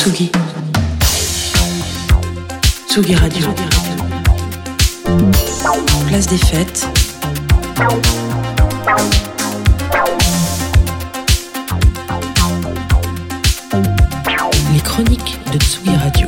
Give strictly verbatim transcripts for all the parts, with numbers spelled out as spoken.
Tsugi. Tsugi Radio. Place des Fêtes. Les chroniques de Tsugi Radio.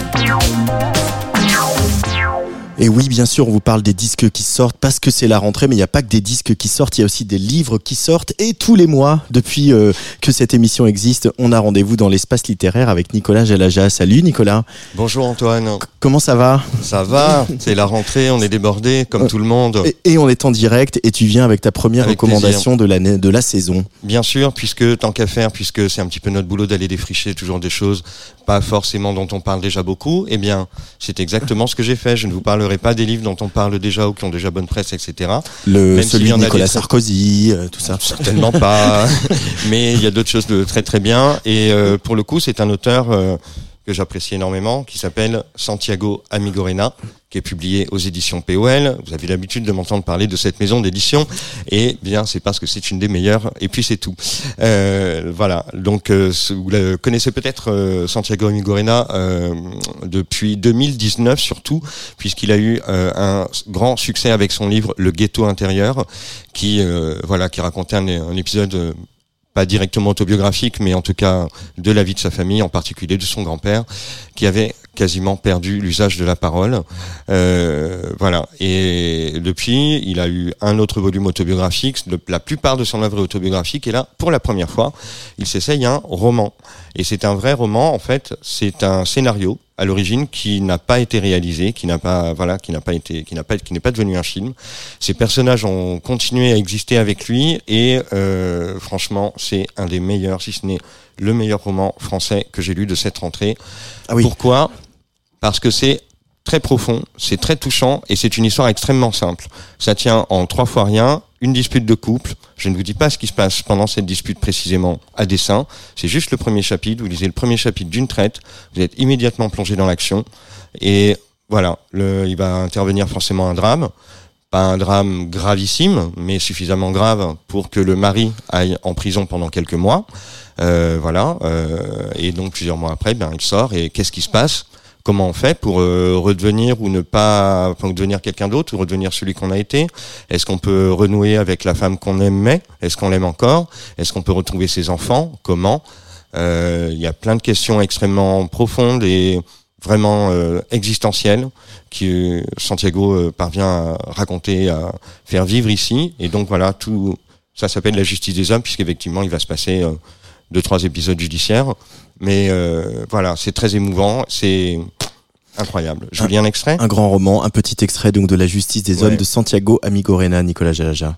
Et oui, bien sûr, on vous parle des disques qui sortent parce que c'est la rentrée, mais il n'y a pas que des disques qui sortent, il y a aussi des livres qui sortent. Et tous les mois, depuis euh, que cette émission existe, on a rendez-vous dans l'espace littéraire avec Nicolas Jalaja. Salut Nicolas. Bonjour Antoine. C- comment ça va ? Ça va, c'est la rentrée, on est débordés comme euh, tout le monde. Et, et on est en direct et tu viens avec ta première avec recommandation de, l'année, de la saison. Bien sûr, puisque tant qu'à faire, puisque c'est un petit peu notre boulot d'aller défricher toujours des choses pas forcément dont on parle déjà beaucoup, eh bien c'est exactement ce que j'ai fait. Je ne vous parlerai pas des livres dont on parle déjà ou qui ont déjà bonne presse, et cetera. Le, Même celui de Nicolas Sarkozy, euh, tout ça. Certainement pas. Mais il y a d'autres choses de très très bien. Et euh, pour le coup, c'est un auteur euh, que j'apprécie énormément, qui s'appelle Santiago Amigorena, qui est publié aux éditions P O L. Vous avez l'habitude de m'entendre parler de cette maison d'édition, et bien c'est parce que c'est une des meilleures, et puis c'est tout. Euh, voilà, donc euh, vous le connaissez peut-être euh, Santiago Amigorena euh, depuis deux mille dix-neuf surtout, puisqu'il a eu euh, un grand succès avec son livre Le Ghetto Intérieur, qui euh, voilà, qui racontait un, un épisode euh, pas directement autobiographique, mais en tout cas de la vie de sa famille, en particulier de son grand-père, qui avait quasiment perdu l'usage de la parole. Euh, voilà. Et depuis, il a eu un autre volume autobiographique. La plupart de son œuvre est autobiographique. Et là, pour la première fois, il s'essaye un roman. Et c'est un vrai roman. En fait, c'est un scénario à l'origine qui n'a pas été réalisé, qui n'a pas, voilà, qui n'a pas été, qui n'a pas, qui n'est pas devenu un film. Ces personnages ont continué à exister avec lui et euh, franchement, c'est un des meilleurs, si ce n'est le meilleur roman français que j'ai lu de cette rentrée. Ah oui. Pourquoi ? Parce que c'est très profond, c'est très touchant et c'est une histoire extrêmement simple. Ça tient en trois fois rien, une dispute de couple. Je ne vous dis pas ce qui se passe pendant cette dispute précisément à dessein. C'est juste le premier chapitre. Vous lisez le premier chapitre d'une traite. Vous êtes immédiatement plongé dans l'action. Et voilà, le, il va intervenir forcément un drame. Pas un drame gravissime, mais suffisamment grave pour que le mari aille en prison pendant quelques mois. Euh, voilà. Euh, et donc plusieurs mois après, ben il sort. Et qu'est-ce qui se passe ? Comment on fait pour euh, redevenir ou ne pas, enfin, devenir quelqu'un d'autre ou redevenir celui qu'on a été ? Est-ce qu'on peut renouer avec la femme qu'on aimait ? Est-ce qu'on l'aime encore ? Est-ce qu'on peut retrouver ses enfants ? Comment ? euh, Il y a plein de questions extrêmement profondes et vraiment euh, existentielles que euh, Santiago euh, parvient à raconter, à faire vivre ici. Et donc voilà, tout ça s'appelle La Justice des Hommes, puisqu'effectivement il va se passer euh, deux, trois épisodes judiciaires. Mais euh, voilà, c'est très émouvant, c'est incroyable. Je vous lis un extrait. Un grand roman, un petit extrait donc de La Justice des ouais. Hommes de Santiago Amigorena, Nicolas Jalaja.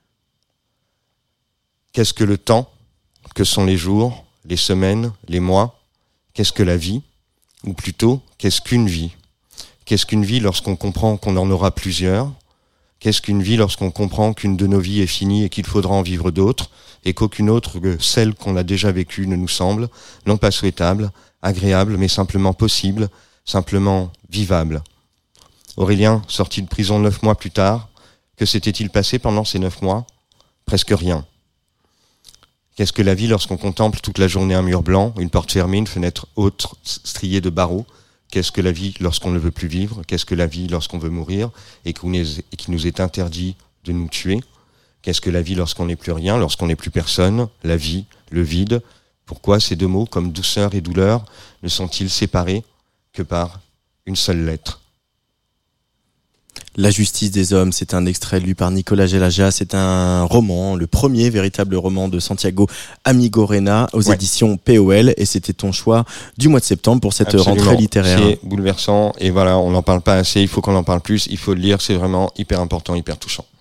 Qu'est-ce que le temps ? Que sont les jours, les semaines, les mois ? Qu'est-ce que la vie ? Ou plutôt, qu'est-ce qu'une vie ? Qu'est-ce qu'une vie lorsqu'on comprend qu'on en aura plusieurs ? Qu'est-ce qu'une vie lorsqu'on comprend qu'une de nos vies est finie et qu'il faudra en vivre d'autres, et qu'aucune autre que celle qu'on a déjà vécue ne nous semble, non pas souhaitable, agréable, mais simplement possible, simplement vivable. Aurélien, sorti de prison neuf mois plus tard, que s'était-il passé pendant ces neuf mois ? Presque rien. Qu'est-ce que la vie lorsqu'on contemple toute la journée un mur blanc, une porte fermée, une fenêtre haute striée de barreaux ? Qu'est-ce que la vie lorsqu'on ne veut plus vivre ? Qu'est-ce que la vie lorsqu'on veut mourir et qui nous est interdit de nous tuer ? Qu'est-ce que la vie lorsqu'on n'est plus rien, lorsqu'on n'est plus personne ? La vie, le vide. Pourquoi ces deux mots, comme douceur et douleur, ne sont-ils séparés que par une seule lettre ? La Justice des Hommes, c'est un extrait lu par Nicolas Jalaja. C'est un roman, le premier véritable roman de Santiago Amigorena aux ouais. éditions P O L. Et c'était ton choix du mois de septembre pour cette Absolument. rentrée littéraire. C'est bouleversant et voilà, on n'en parle pas assez. Il faut qu'on en parle plus. Il faut le lire. C'est vraiment hyper important, hyper touchant.